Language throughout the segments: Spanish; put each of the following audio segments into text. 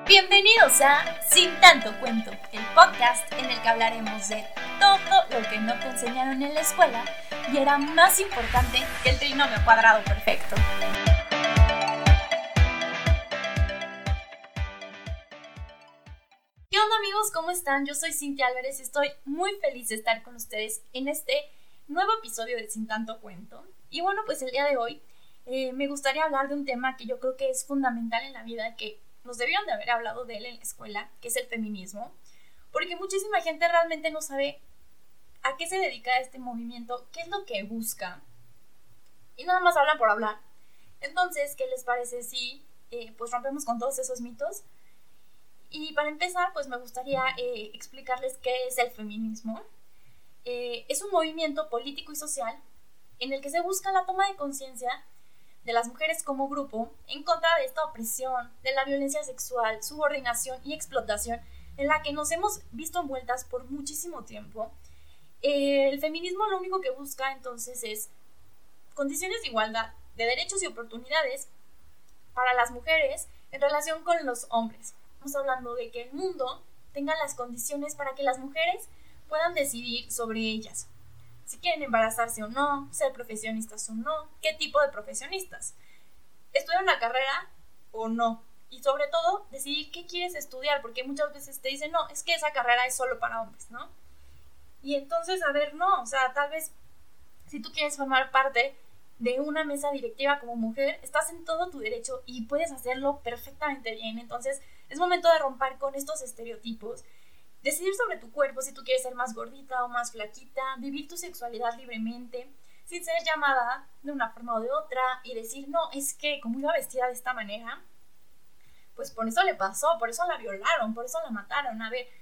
Bienvenidos a Sin Tanto Cuento, el podcast en el que hablaremos de todo lo que no te enseñaron en la escuela y era más importante que el trinomio cuadrado perfecto. ¿Qué onda, amigos? ¿Cómo están? Yo soy Cintia Álvarez y estoy muy feliz de estar con ustedes en este nuevo episodio de Sin Tanto Cuento. Y bueno, pues el día de hoy me gustaría hablar de un tema que yo creo que es fundamental en la vida, que nos debieron de haber hablado de él en la escuela, que es el feminismo, porque muchísima gente realmente no sabe a qué se dedica este movimiento, qué es lo que busca, y nada más hablan por hablar. Entonces, ¿qué les parece si pues rompemos con todos esos mitos? Y para empezar, pues me gustaría explicarles qué es el feminismo. Es un movimiento político y social en el que se busca la toma de conciencia de las mujeres como grupo en contra de esta opresión, de la violencia sexual, subordinación y explotación en la que nos hemos visto envueltas por muchísimo tiempo. El feminismo lo único que busca entonces es condiciones de igualdad, de derechos y oportunidades para las mujeres en relación con los hombres. Estamos hablando de que el mundo tenga las condiciones para que las mujeres puedan decidir sobre ellas. Si quieren embarazarse o no, ser profesionistas o no, qué tipo de profesionistas, estudiar una carrera o no, y sobre todo decidir qué quieres estudiar, porque muchas veces te dicen, no, es que esa carrera es solo para hombres, ¿no? Y entonces, a ver, no, o sea, tal vez si tú quieres formar parte de una mesa directiva como mujer, estás en todo tu derecho y puedes hacerlo perfectamente bien. Entonces es momento de romper con estos estereotipos, decidir sobre tu cuerpo, si tú quieres ser más gordita o más flaquita, vivir tu sexualidad libremente, sin ser llamada de una forma o de otra y decir, no, es que como iba vestida de esta manera, pues por eso le pasó, por eso la violaron, por eso la mataron. A ver,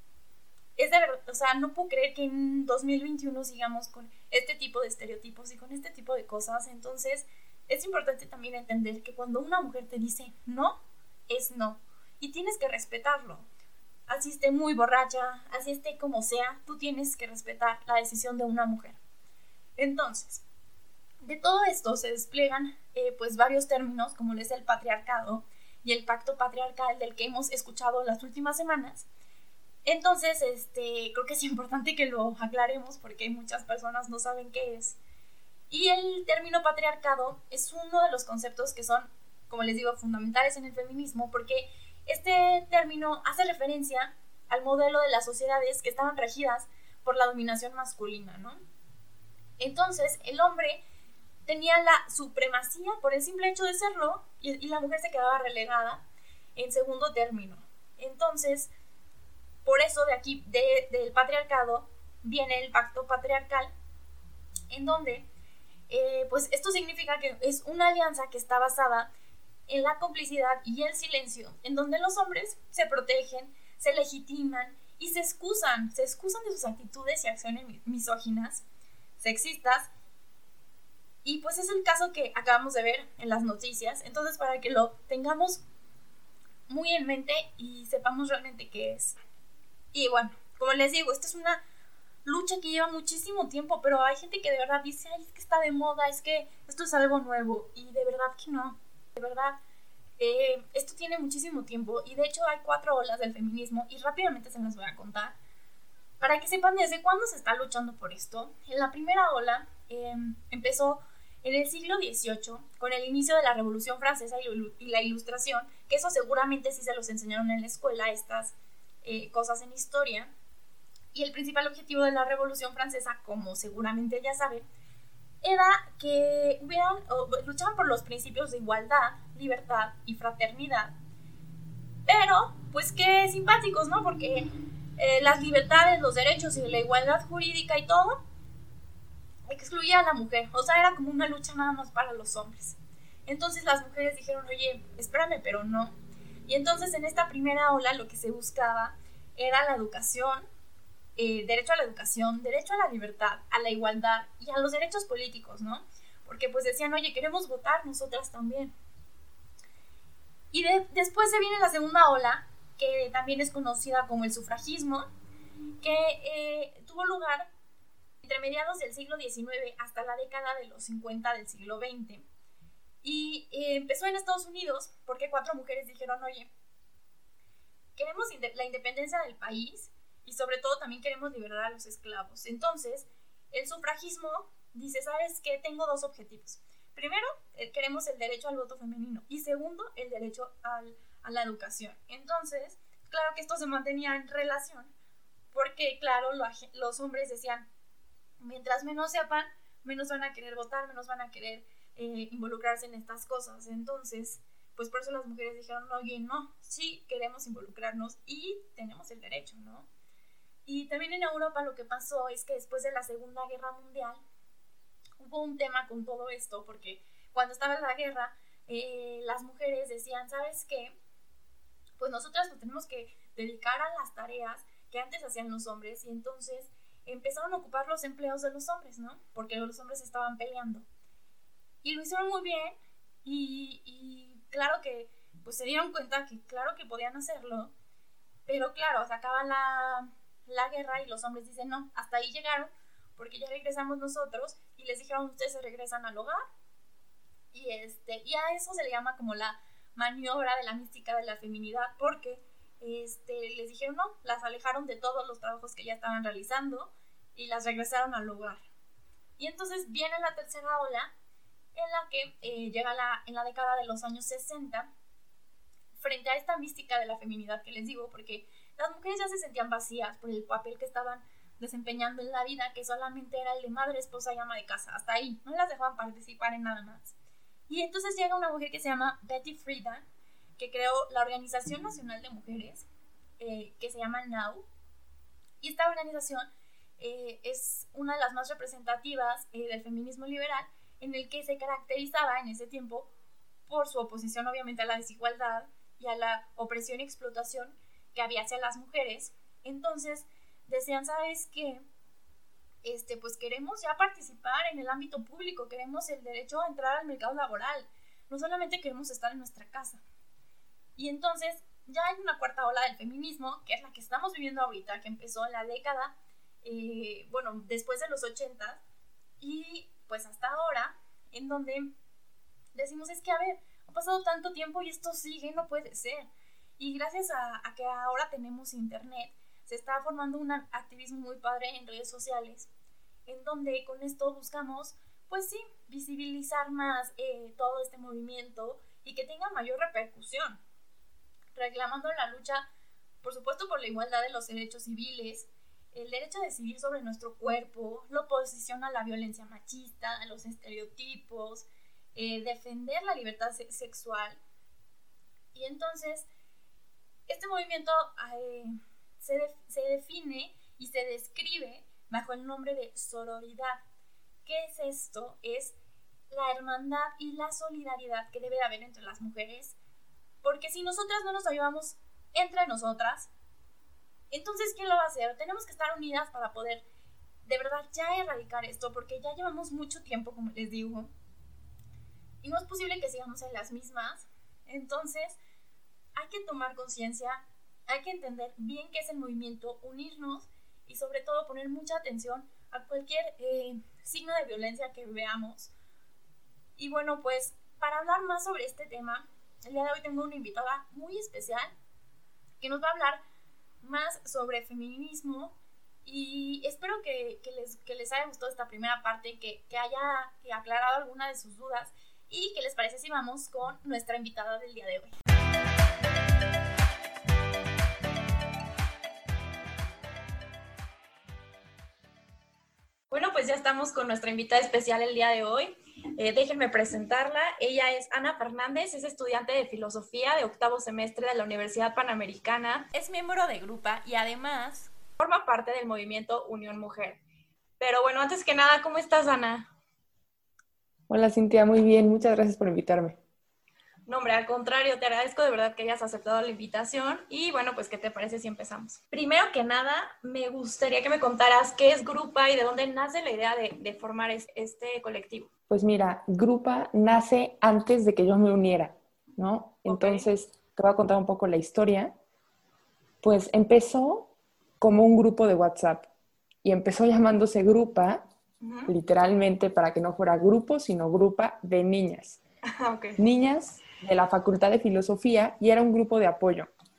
es de verdad, o sea, no puedo creer que en 2021 sigamos con este tipo de estereotipos y con este tipo de cosas. Entonces es importante también entender que cuando una mujer te dice no, es no, y tienes que respetarlo. Así esté muy borracha, así esté como sea, tú tienes que respetar la decisión de una mujer. Entonces, de todo esto se despliegan pues varios términos, como es el patriarcado y el pacto patriarcal del que hemos escuchado las últimas semanas. Entonces, creo que es importante que lo aclaremos porque muchas personas no saben qué es. Y el término patriarcado es uno de los conceptos que son, como les digo, fundamentales en el feminismo, porque este término hace referencia al modelo de las sociedades que estaban regidas por la dominación masculina, ¿no? Entonces, el hombre tenía la supremacía por el simple hecho de serlo y la mujer se quedaba relegada en segundo término. Entonces, por eso de aquí, del patriarcado, viene el pacto patriarcal, en donde, pues esto significa que es una alianza que está basada en la complicidad y el silencio, en donde los hombres se protegen, se legitiman y se excusan de sus actitudes y acciones misóginas, sexistas, y pues es el caso que acabamos de ver en las noticias. Entonces, para que lo tengamos muy en mente y sepamos realmente qué es. Y bueno, como les digo, esta es una lucha que lleva muchísimo tiempo, pero hay gente que de verdad dice, ay, es que está de moda, es que esto es algo nuevo, y de verdad que no. De verdad, esto tiene muchísimo tiempo y de hecho hay 4 olas del feminismo y rápidamente se las voy a contar para que sepan desde cuándo se está luchando por esto. En la primera ola empezó en el siglo XVIII con el inicio de la Revolución Francesa y la Ilustración, que eso seguramente sí se los enseñaron en la escuela, estas cosas en historia. Y el principal objetivo de la Revolución Francesa, como seguramente ya saben, era que luchaban por los principios de igualdad, libertad y fraternidad. Pero, pues qué simpáticos, ¿no? Porque las libertades, los derechos y la igualdad jurídica y todo excluía a la mujer. O sea, era como una lucha nada más para los hombres. Entonces las mujeres dijeron, oye, espérame, pero no. Y entonces en esta primera ola lo que se buscaba era la educación, derecho a la educación, derecho a la libertad, a la igualdad y a los derechos políticos, ¿no? Porque pues decían, oye, queremos votar nosotras también. Y después se viene la segunda ola, que también es conocida como el sufragismo, que tuvo lugar entre mediados del siglo XIX hasta la década de los 50 del siglo XX. Y empezó en Estados Unidos porque 4 mujeres dijeron, oye, queremos la independencia del país y sobre todo también queremos liberar a los esclavos. Entonces, el sufragismo dice, ¿sabes qué? Tengo dos objetivos. Primero, queremos el derecho al voto femenino y segundo, el derecho a la educación. Entonces, claro que esto se mantenía en relación porque, claro, los hombres decían, mientras menos sepan, menos van a querer votar, menos van a querer involucrarse en estas cosas. Entonces, pues por eso las mujeres dijeron, oye, no, sí queremos involucrarnos y tenemos el derecho, ¿no? Y también en Europa lo que pasó es que después de la Segunda Guerra Mundial hubo un tema con todo esto, porque cuando estaba la guerra, las mujeres decían, ¿sabes qué? Pues nosotras nos tenemos que dedicar a las tareas que antes hacían los hombres, y entonces empezaron a ocupar los empleos de los hombres, ¿no? Porque los hombres estaban peleando. Y lo hicieron muy bien, y claro que pues se dieron cuenta que claro que podían hacerlo, pero claro, se acaba la guerra y los hombres dicen, no, hasta ahí llegaron, porque ya regresamos nosotros, y les dijeron, ustedes se regresan al hogar, y a eso se le llama como la maniobra de la mística de la feminidad, porque les dijeron no, las alejaron de todos los trabajos que ya estaban realizando y las regresaron al hogar. Y entonces viene la tercera ola, en la que llega en la década de los años 60, frente a esta mística de la feminidad que les digo, porque las mujeres ya se sentían vacías por el papel que estaban desempeñando en la vida, que solamente era el de madre, esposa y ama de casa, hasta ahí, no las dejaban participar en nada más. Y entonces llega una mujer que se llama Betty Friedan, que creó la Organización Nacional de Mujeres, que se llama NOW, y esta organización es una de las más representativas del feminismo liberal, en el que se caracterizaba en ese tiempo por su oposición obviamente a la desigualdad y a la opresión y explotación que había hacia las mujeres. Entonces decían, ¿sabes qué? Pues queremos ya participar en el ámbito público, queremos el derecho a entrar al mercado laboral, no solamente queremos estar en nuestra casa. Y entonces ya hay una cuarta ola del feminismo, que es la que estamos viviendo ahorita, que empezó en la década, después de los 80, y pues hasta ahora, en donde decimos, es que a ver, ha pasado tanto tiempo y esto sigue, no puede ser. Y gracias a que ahora tenemos internet, se está formando un activismo muy padre en redes sociales, en donde con esto buscamos, pues sí, visibilizar más todo este movimiento y que tenga mayor repercusión, reclamando la lucha, por supuesto, por la igualdad de los derechos civiles, el derecho a decidir sobre nuestro cuerpo, la oposición a la violencia machista, a los estereotipos, defender la libertad sexual. Y entonces, este movimiento se define y se describe bajo el nombre de sororidad. ¿Qué es esto? Es la hermandad y la solidaridad que debe de haber entre las mujeres, porque si nosotras no nos ayudamos entre nosotras, entonces ¿quién lo va a hacer? Tenemos que estar unidas para poder de verdad ya erradicar esto, porque ya llevamos mucho tiempo, como les digo, y no es posible que sigamos en las mismas. Entonces hay que tomar conciencia, hay que entender bien qué es el movimiento, unirnos y sobre todo poner mucha atención a cualquier signo de violencia que veamos. Y bueno, pues para hablar más sobre este tema, el día de hoy tengo una invitada muy especial que nos va a hablar más sobre feminismo, y espero que les haya gustado esta primera parte, que haya aclarado alguna de sus dudas. ¿Y qué les parece si vamos con nuestra invitada del día de hoy? Bueno, pues ya estamos con nuestra invitada especial el día de hoy. Déjenme presentarla. Ella es Ana Fernández, es estudiante de filosofía de octavo semestre de la Universidad Panamericana, es miembro de Grupa y además forma parte del movimiento Unión Mujer. Pero bueno, antes que nada, ¿cómo estás, Ana? Hola Cintia, muy bien, muchas gracias por invitarme. No, hombre, al contrario, te agradezco de verdad que hayas aceptado la invitación. Y bueno, pues, ¿qué te parece si empezamos? Primero que nada, me gustaría que me contaras qué es Grupa y de dónde nace la idea de formar este colectivo. Pues mira, Grupa nace antes de que yo me uniera, ¿no? Entonces, te voy a contar un poco la historia. Pues empezó como un grupo de WhatsApp y empezó llamándose Grupa, literalmente para que no fuera grupo, sino Grupa de niñas. Okay. Niñas de la Facultad de Filosofía, y era un grupo de apoyo.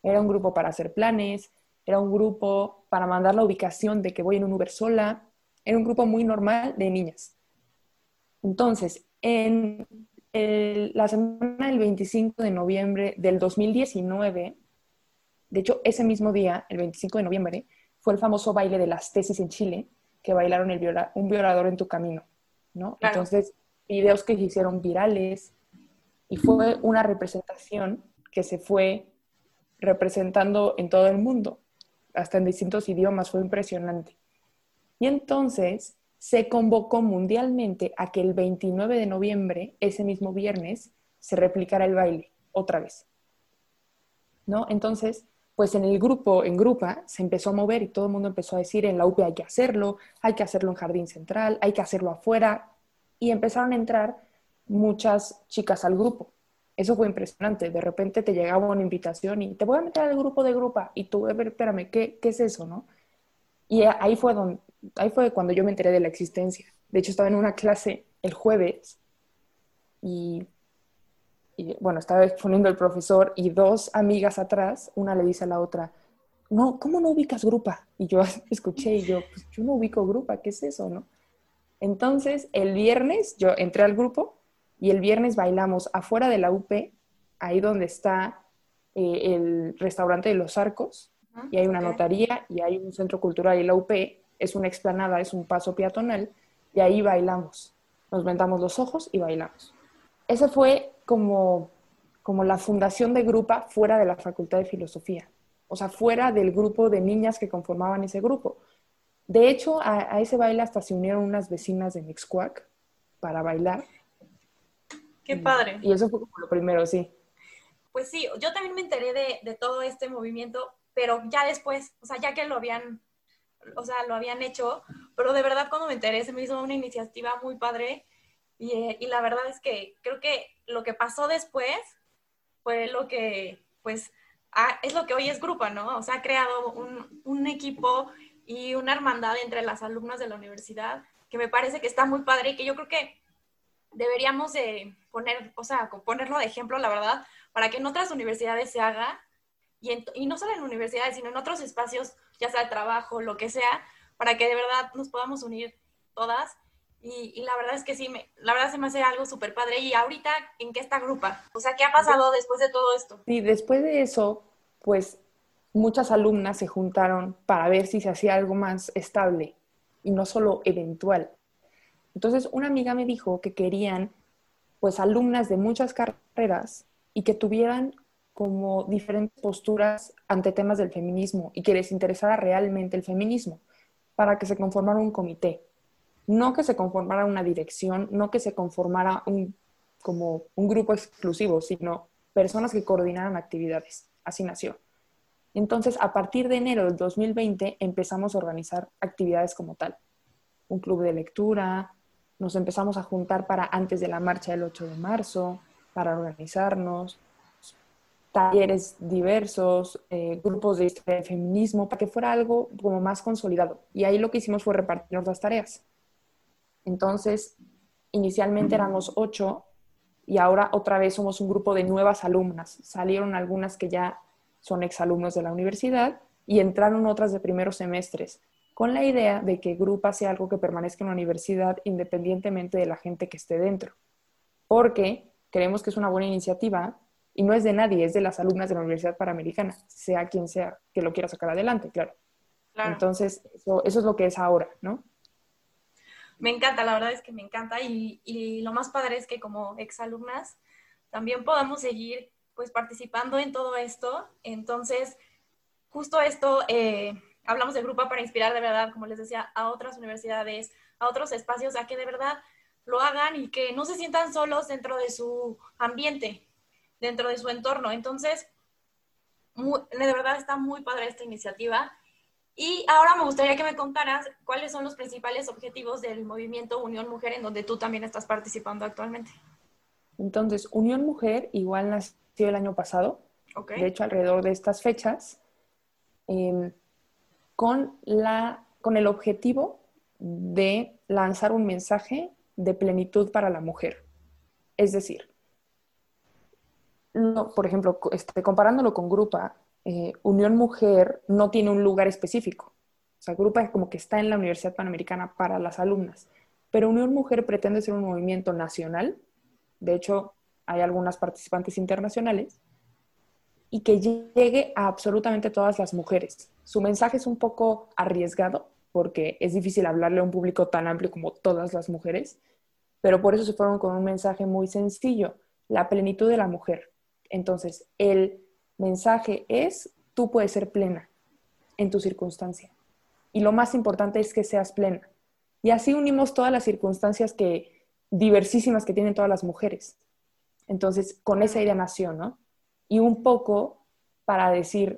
era un grupo para hacer planes, era un grupo para mandar la ubicación de que voy en un Uber sola, era un grupo muy normal de niñas. Entonces, en la semana del 25 de noviembre del 2019, de hecho, ese mismo día, el 25 de noviembre, fue el famoso baile de las tesis en Chile, que bailaron un violador en tu camino, ¿no? Claro. Entonces, videos que se hicieron virales y fue una representación que se fue representando en todo el mundo, hasta en distintos idiomas, fue impresionante. Y entonces se convocó mundialmente a que el 29 de noviembre, ese mismo viernes, se replicara el baile otra vez, ¿no? Entonces, pues en el grupo, en Grupa, se empezó a mover y todo el mundo empezó a decir, en la UP hay que hacerlo en Jardín Central, hay que hacerlo afuera, y empezaron a entrar muchas chicas al grupo. Eso fue impresionante. De repente te llegaba una invitación y te voy a meter al grupo de Grupa, y tú, a ver, espérame, ¿qué es eso, no? Y ahí fue cuando yo me enteré de la existencia. De hecho, estaba en una clase el jueves y bueno, estaba exponiendo el profesor y dos amigas atrás, una le dice a la otra, no, ¿cómo no ubicas Grupa? Y yo escuché y pues yo no ubico Grupa, ¿qué es eso, no? Entonces, el viernes yo entré al grupo y el viernes bailamos afuera de la UP, ahí donde está el restaurante de Los Arcos, y hay una notaría y hay un centro cultural, y la UP es una explanada, es un paso peatonal, y ahí bailamos. Nos vendamos los ojos y bailamos. Esa fue como la fundación de Grupa fuera de la Facultad de Filosofía, o sea, fuera del grupo de niñas que conformaban ese grupo. De hecho, a ese baile hasta se unieron unas vecinas de Mixcoac para bailar. Qué padre. Y eso fue como lo primero, sí. Pues sí, yo también me enteré de todo este movimiento, pero ya después, o sea, ya que lo habían hecho, pero de verdad cuando me enteré se me hizo una iniciativa muy padre y la verdad es que creo que lo que pasó después fue lo que, pues, es lo que hoy es Grupa, ¿no? O sea, ha creado un equipo y una hermandad entre las alumnas de la universidad que me parece que está muy padre y que yo creo que deberíamos de ponerlo de ejemplo, la verdad, para que en otras universidades se haga y no solo en universidades, sino en otros espacios, ya sea de trabajo, lo que sea, para que de verdad nos podamos unir todas. Y la verdad es que sí, la verdad se me hace algo súper padre. ¿Y ahorita en qué está Grupa? O sea, ¿qué ha pasado después de todo esto? Y después de eso, pues muchas alumnas se juntaron para ver si se hacía algo más estable y no solo eventual. Entonces, una amiga me dijo que querían, pues, alumnas de muchas carreras y que tuvieran como diferentes posturas ante temas del feminismo y que les interesara realmente el feminismo para que se conformara un comité. No que se conformara una dirección, no que se conformara como un grupo exclusivo, sino personas que coordinaran actividades. Así nació. Entonces, a partir de enero del 2020 empezamos a organizar actividades como tal. Un club de lectura, nos empezamos a juntar para antes de la marcha del 8 de marzo, para organizarnos, talleres diversos, grupos de historia del feminismo, para que fuera algo como más consolidado. Y ahí lo que hicimos fue repartirnos las tareas. Entonces, inicialmente éramos 8 y ahora otra vez somos un grupo de nuevas alumnas. Salieron algunas que ya son exalumnos de la universidad y entraron otras de primeros semestres, con la idea de que Grupa sea algo que permanezca en la universidad independientemente de la gente que esté dentro. Porque creemos que es una buena iniciativa y no es de nadie, es de las alumnas de la Universidad Panamericana, sea quien sea que lo quiera sacar adelante, claro. Entonces, eso es lo que es ahora, ¿no? Me encanta, la verdad es que me encanta y lo más padre es que como exalumnas también podamos seguir pues participando en todo esto. Entonces, justo esto, hablamos de Grupo para inspirar de verdad, como les decía, a otras universidades, a otros espacios, a que de verdad lo hagan y que no se sientan solos dentro de su ambiente, dentro de su entorno. Entonces, de verdad está muy padre esta iniciativa. Y ahora me gustaría que me contaras cuáles son los principales objetivos del movimiento Unión Mujer, en donde tú también estás participando actualmente. Entonces, Unión Mujer igual nació el año pasado, Okay. De hecho alrededor de estas fechas, con el objetivo de lanzar un mensaje de plenitud para la mujer. Es decir, por ejemplo, comparándolo con Grupa, Unión Mujer no tiene un lugar específico. O sea, Grupa como que está en la Universidad Panamericana para las alumnas. Pero Unión Mujer pretende ser un movimiento nacional. De hecho, hay algunas participantes internacionales y que llegue a absolutamente todas las mujeres. Su mensaje es un poco arriesgado porque es difícil hablarle a un público tan amplio como todas las mujeres, pero por eso se fueron con un mensaje muy sencillo, la plenitud de la mujer. Entonces, el mensaje es, tú puedes ser plena en tu circunstancia. Y lo más importante es que seas plena. Y así unimos todas las circunstancias diversísimas que tienen todas las mujeres. Entonces, con esa idea nació, ¿no? Y un poco para decir,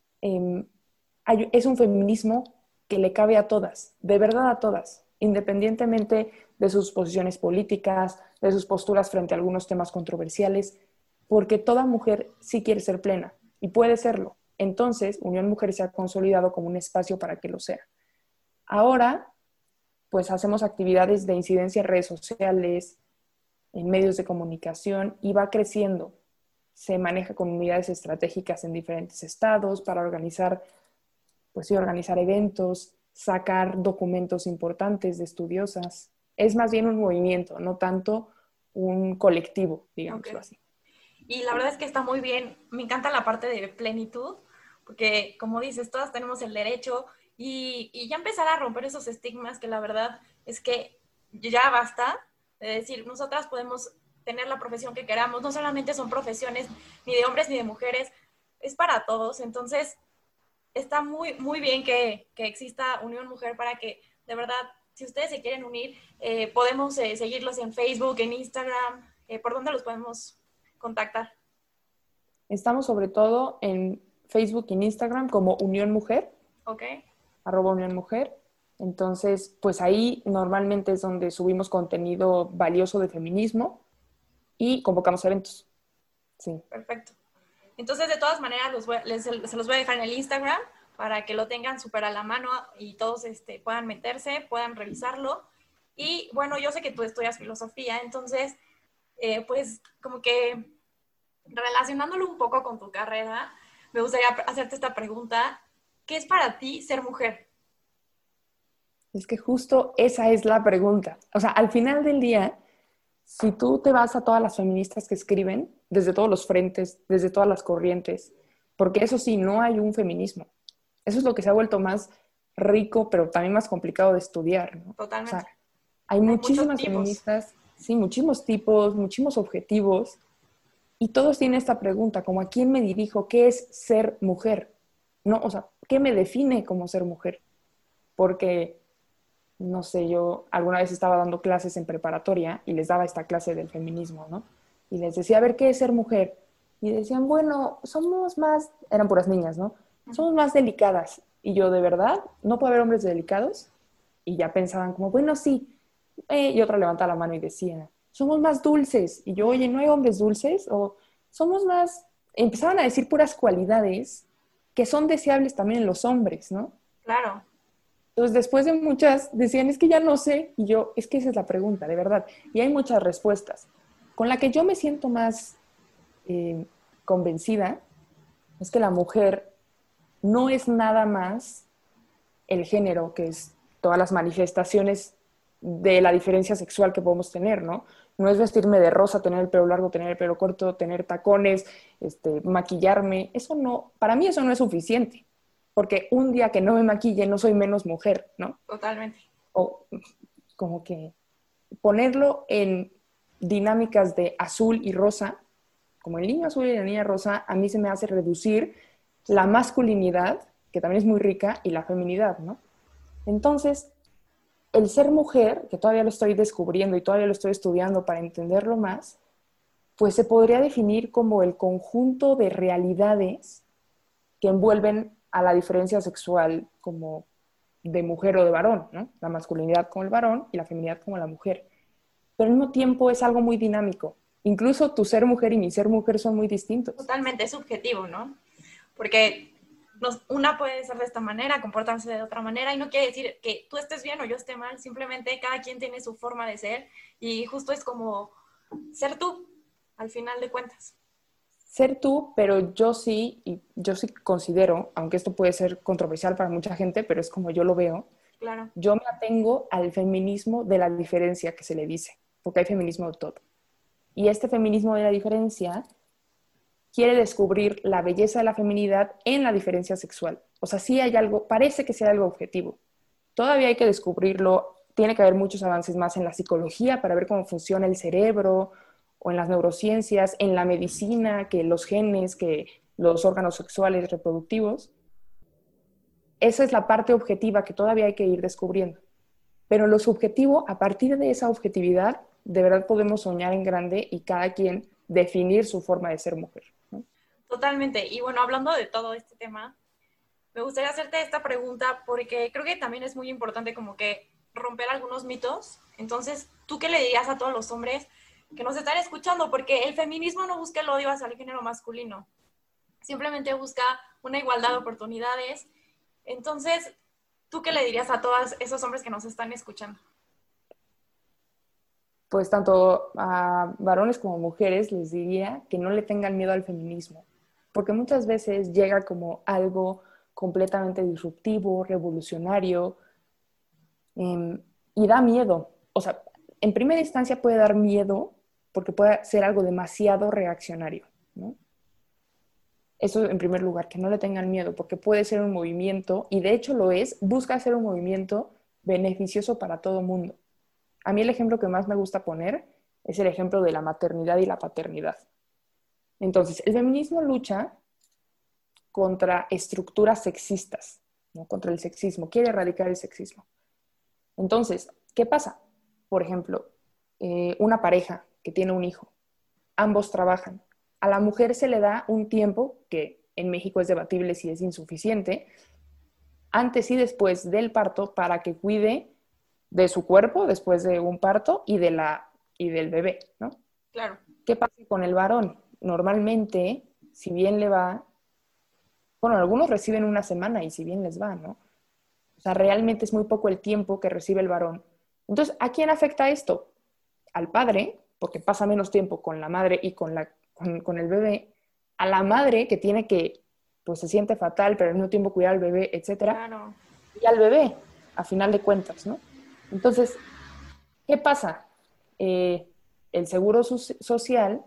es un feminismo que le cabe a todas, de verdad a todas, independientemente de sus posiciones políticas, de sus posturas frente a algunos temas controversiales, porque toda mujer sí quiere ser plena y puede serlo. Entonces, Unión Mujer se ha consolidado como un espacio para que lo sea. Ahora, pues hacemos actividades de incidencia en redes sociales, en medios de comunicación y va creciendo. Se maneja con unidades estratégicas en diferentes estados para organizar, pues sí, organizar eventos, sacar documentos importantes de estudiosas. Es más bien un movimiento, no tanto un colectivo, digámoslo así. Y la verdad es que está muy bien. Me encanta la parte de plenitud, porque como dices, todas tenemos el derecho y ya empezar a romper esos estigmas que la verdad es que ya basta de decir, nosotras podemos tener la profesión que queramos, no solamente son profesiones ni de hombres ni de mujeres, es para todos. Entonces, está muy, muy bien que exista Unión Mujer para que, de verdad, si ustedes se quieren unir, podemos seguirlos en Facebook, en Instagram. ¿Por dónde los podemos contactar? Estamos sobre todo en Facebook y en Instagram como Unión Mujer, Ok. @Unión Mujer. Entonces, pues ahí normalmente es donde subimos contenido valioso de feminismo y convocamos eventos. Sí. Perfecto. Entonces, de todas maneras, se los voy a dejar en el Instagram para que lo tengan súper a la mano y todos puedan meterse, puedan revisarlo. Y bueno, yo sé que tú estudias filosofía, entonces, pues como que relacionándolo un poco con tu carrera, me gustaría hacerte esta pregunta. ¿Qué es para ti ser mujer? Es que justo esa es la pregunta. O sea, al final del día, si tú te vas a todas las feministas que escriben, desde todos los frentes, desde todas las corrientes, porque eso sí, no hay un feminismo. Eso es lo que se ha vuelto más rico, pero también más complicado de estudiar, ¿no? Totalmente. O sea, hay muchísimas feministas, sí, muchísimos tipos, muchísimos objetivos, y todos tienen esta pregunta, como ¿a quién me dirijo? ¿Qué es ser mujer? No, o sea, ¿qué me define como ser mujer? Porque no sé, yo alguna vez estaba dando clases en preparatoria y les daba esta clase del feminismo, ¿no? Y les decía, a ver, ¿qué es ser mujer? Y decían, bueno, somos más, eran puras niñas, ¿no? Somos más delicadas. Y yo, ¿de verdad? ¿No puede haber hombres delicados? Y ya pensaban como, bueno, sí. Y otra levantaba la mano y decía, somos más dulces. Y yo, oye, ¿no hay hombres dulces? O somos más... Empezaban a decir puras cualidades que son deseables también en los hombres, ¿no? Claro. Entonces, después de muchas, decían, es que ya no sé. Y yo, es que esa es la pregunta, de verdad. Y hay muchas respuestas. Con la que yo me siento más convencida es que la mujer no es nada más el género, que es todas las manifestaciones de la diferencia sexual que podemos tener, ¿no? No es vestirme de rosa, tener el pelo largo, tener el pelo corto, tener tacones, maquillarme. Eso no, para mí eso no es suficiente. Porque un día que no me maquille no soy menos mujer, ¿no? Totalmente. O como que ponerlo en dinámicas de azul y rosa, como el niño azul y la niña rosa, a mí se me hace reducir la masculinidad, que también es muy rica, y la feminidad, ¿no? Entonces, el ser mujer, que todavía lo estoy descubriendo y todavía lo estoy estudiando para entenderlo más, pues se podría definir como el conjunto de realidades que envuelven a la diferencia sexual como de mujer o de varón, ¿no? La masculinidad como el varón y la feminidad como la mujer. Pero al mismo tiempo es algo muy dinámico. Incluso tu ser mujer y mi ser mujer son muy distintos. Totalmente, es subjetivo, ¿no? Porque una puede ser de esta manera, comportarse de otra manera, y no quiere decir que tú estés bien o yo esté mal, simplemente cada quien tiene su forma de ser, y justo es como ser tú, al final de cuentas. ser tú, pero yo sí considero, aunque esto puede ser controversial para mucha gente, pero es como yo lo veo, Claro. yo me atengo al feminismo de la diferencia que se le dice, porque hay feminismo de todo. Y este feminismo de la diferencia quiere descubrir la belleza de la feminidad en la diferencia sexual. O sea, sí hay algo, parece que sea algo objetivo. Todavía hay que descubrirlo, tiene que haber muchos avances más en la psicología para ver cómo funciona el cerebro, o en las neurociencias, en la medicina, que los genes, que los órganos sexuales reproductivos. Esa es la parte objetiva que todavía hay que ir descubriendo. Pero lo subjetivo, a partir de esa objetividad, de verdad podemos soñar en grande y cada quien definir su forma de ser mujer, ¿no? Totalmente. Y bueno, hablando de todo este tema, me gustaría hacerte esta pregunta porque creo que también es muy importante como que romper algunos mitos. Entonces, ¿tú qué le dirías a todos los hombres que nos están escuchando? Porque el feminismo no busca el odio hacia el género masculino, simplemente busca una igualdad de oportunidades. Entonces, ¿tú qué le dirías a todos esos hombres que nos están escuchando? Pues tanto a varones como mujeres les diría que no le tengan miedo al feminismo, porque muchas veces llega como algo completamente disruptivo, revolucionario, y da miedo. O sea, en primera instancia puede dar miedo porque puede ser algo demasiado reaccionario, ¿no? Eso en primer lugar, que no le tengan miedo, porque puede ser un movimiento, y de hecho lo es, busca ser un movimiento beneficioso para todo mundo. A mí el ejemplo que más me gusta poner es el ejemplo de la maternidad y la paternidad. Entonces, el feminismo lucha contra estructuras sexistas, ¿no? Contra el sexismo, quiere erradicar el sexismo. Entonces, ¿qué pasa? Por ejemplo, una pareja que tiene un hijo, ambos trabajan. A la mujer se le da un tiempo, que en México es debatible si es insuficiente, antes y después del parto para que cuide de su cuerpo después de un parto y del bebé, ¿no? Claro. ¿Qué pasa con el varón? Normalmente, si bien le va, bueno, algunos reciben una semana y si bien les va, ¿no? O sea, realmente es muy poco el tiempo que recibe el varón. Entonces, ¿a quién afecta esto? Al padre, porque pasa menos tiempo con la madre y con el bebé, a la madre que tiene que, pues se siente fatal, pero al mismo tiempo cuidar al bebé, etcétera, Claro. y al bebé, a final de cuentas, ¿no? Entonces, ¿qué pasa? El seguro social,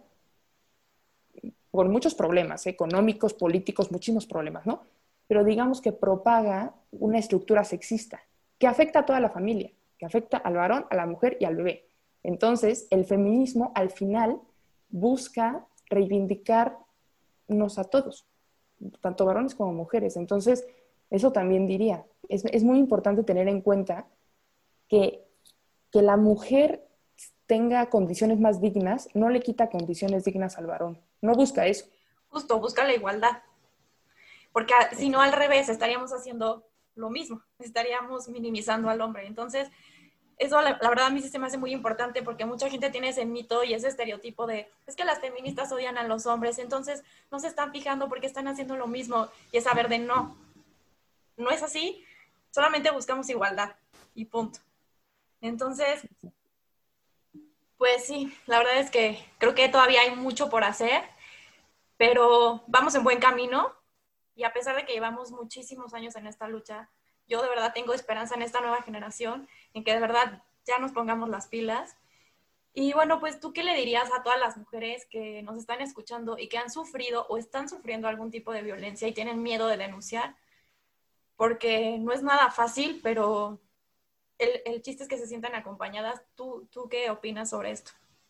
con muchos problemas económicos, políticos, muchísimos problemas, ¿no? Pero digamos que propaga una estructura sexista que afecta a toda la familia, que afecta al varón, a la mujer y al bebé. Entonces, el feminismo al final busca reivindicarnos a todos, tanto varones como mujeres. Entonces, eso también diría, es muy importante tener en cuenta que, que la mujer tenga condiciones más dignas no le quita condiciones dignas al varón. No busca eso. Justo, busca la igualdad. Porque si no, al revés, estaríamos haciendo lo mismo, estaríamos minimizando al hombre. Entonces, eso la verdad a mí sí se me hace muy importante porque mucha gente tiene ese mito y ese estereotipo de, es que las feministas odian a los hombres, entonces no se están fijando porque están haciendo lo mismo. Y es saber de no, no es así, solamente buscamos igualdad y punto. Entonces, pues sí, la verdad es que creo que todavía hay mucho por hacer, pero vamos en buen camino y a pesar de que llevamos muchísimos años en esta lucha, yo de verdad tengo esperanza en esta nueva generación, en que de verdad ya nos pongamos las pilas. Y bueno, pues tú qué le dirías a todas las mujeres que nos están escuchando y que han sufrido o están sufriendo algún tipo de violencia y tienen miedo de denunciar, porque no es nada fácil, pero el chiste es que se sientan acompañadas. ¿Tú qué opinas sobre esto?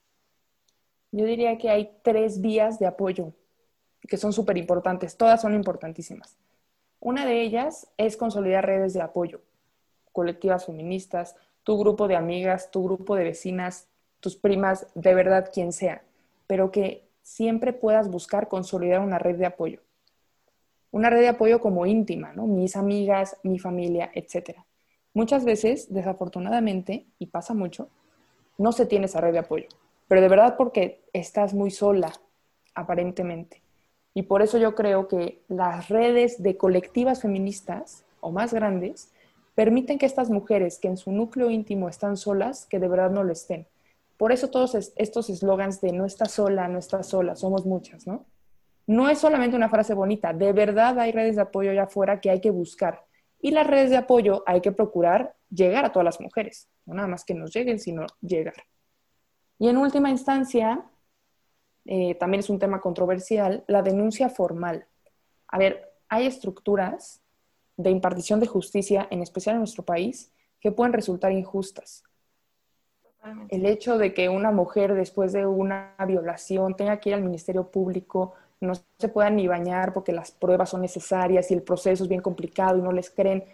Yo diría que hay 3 vías de apoyo que son súper importantes, todas son importantísimas. Una de ellas es consolidar redes de apoyo, colectivas feministas, tu grupo de amigas, tu grupo de vecinas, tus primas, de verdad quien sea, pero que siempre puedas buscar consolidar una red de apoyo. Una red de apoyo como íntima, ¿no? Mis amigas, mi familia, etcétera. Muchas veces, desafortunadamente, y pasa mucho, no se tiene esa red de apoyo, pero de verdad porque estás muy sola, aparentemente. Y por eso yo creo que las redes de colectivas feministas o más grandes permiten que estas mujeres que en su núcleo íntimo están solas, que de verdad no lo estén. Por eso todos estos eslogans de no estás sola, somos muchas, ¿no? no es solamente una frase bonita, de verdad hay redes de apoyo allá afuera que hay que buscar. Y las redes de apoyo hay que procurar llegar a todas las mujeres, no nada más que nos lleguen, sino llegar. Y en última instancia, también es un tema controversial, la denuncia formal. A ver, hay estructuras de impartición de justicia, en especial en nuestro país, que pueden resultar injustas. Totalmente. El hecho de que una mujer después de una violación tenga que ir al Ministerio Público, no se pueda ni bañar porque las pruebas son necesarias y el proceso es bien complicado y no les creen,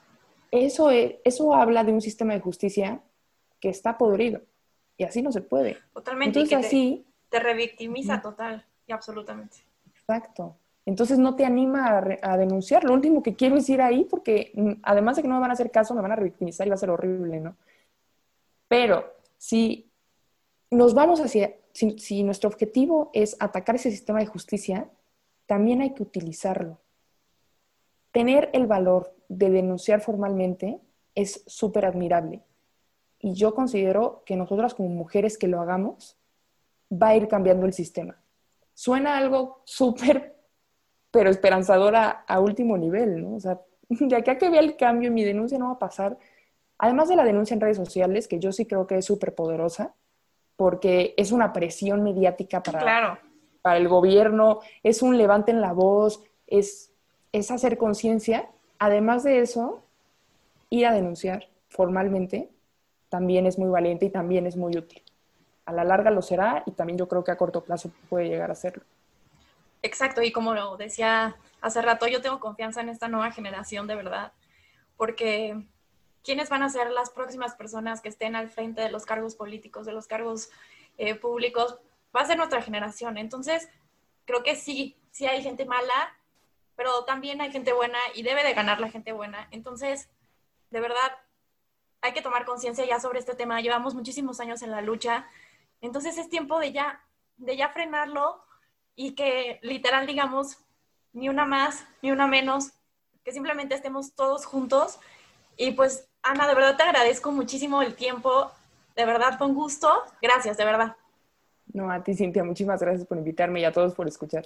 eso habla de un sistema de justicia que está podrido y así no se puede. Totalmente, Entonces y que así... te revictimiza total y absolutamente. Exacto. Entonces no te anima a denunciar. Lo último que quiero es ir ahí porque además de que no me van a hacer caso, me van a revictimizar y va a ser horrible, ¿no? Pero si nos vamos hacia, si nuestro objetivo es atacar ese sistema de justicia, también hay que utilizarlo. Tener el valor de denunciar formalmente es súper admirable. Y yo considero que nosotras como mujeres que lo hagamos, va a ir cambiando el sistema. Suena algo súper, pero esperanzadora a último nivel, ¿no? O sea, de aquí a que vea el cambio, mi denuncia no va a pasar. Además de la denuncia en redes sociales, que yo sí creo que es súper poderosa, porque es una presión mediática Claro. para el gobierno, es un levanten la voz, es hacer conciencia. Además de eso, ir a denunciar formalmente también es muy valiente y también es muy útil. A la larga lo será y también yo creo que a corto plazo puede llegar a serlo. Exacto, y como lo decía hace rato, yo tengo confianza en esta nueva generación, de verdad, porque ¿quiénes van a ser las próximas personas que estén al frente de los cargos políticos, de los cargos públicos? Va a ser nuestra generación. Entonces, creo que sí hay gente mala, pero también hay gente buena y debe de ganar la gente buena. Entonces, de verdad, hay que tomar conciencia ya sobre este tema. Llevamos muchísimos años en la lucha. Entonces, es tiempo de ya frenarlo y que literal digamos ni una más, ni una menos, que simplemente estemos todos juntos. Y pues, Ana, de verdad te agradezco muchísimo el tiempo. De verdad, fue un gusto. Gracias, de verdad. No, a ti, Cintia, muchísimas gracias por invitarme y a todos por escuchar.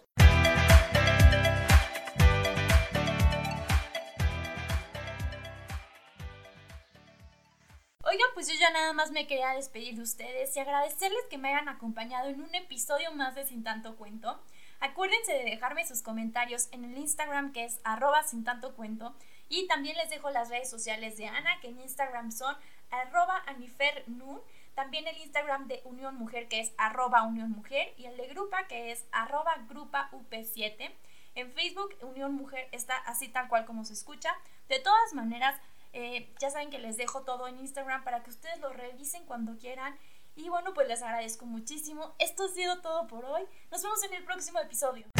Oigan, pues yo ya nada más me quería despedir de ustedes y agradecerles que me hayan acompañado en un episodio más de Sin Tanto Cuento. Acuérdense de dejarme sus comentarios en el Instagram, que es @sintantocuento, y también les dejo las redes sociales de Ana, que en Instagram son @anifernun, también el Instagram de Unión Mujer, que es @Unión Mujer, y el de Grupa, que es @GrupaUP7. En Facebook, Unión Mujer está así tal cual como se escucha. De todas maneras, ya saben que les dejo todo en Instagram para que ustedes lo revisen cuando quieran. Y bueno, pues les agradezco muchísimo. Esto ha sido todo por hoy. Nos vemos en el próximo episodio.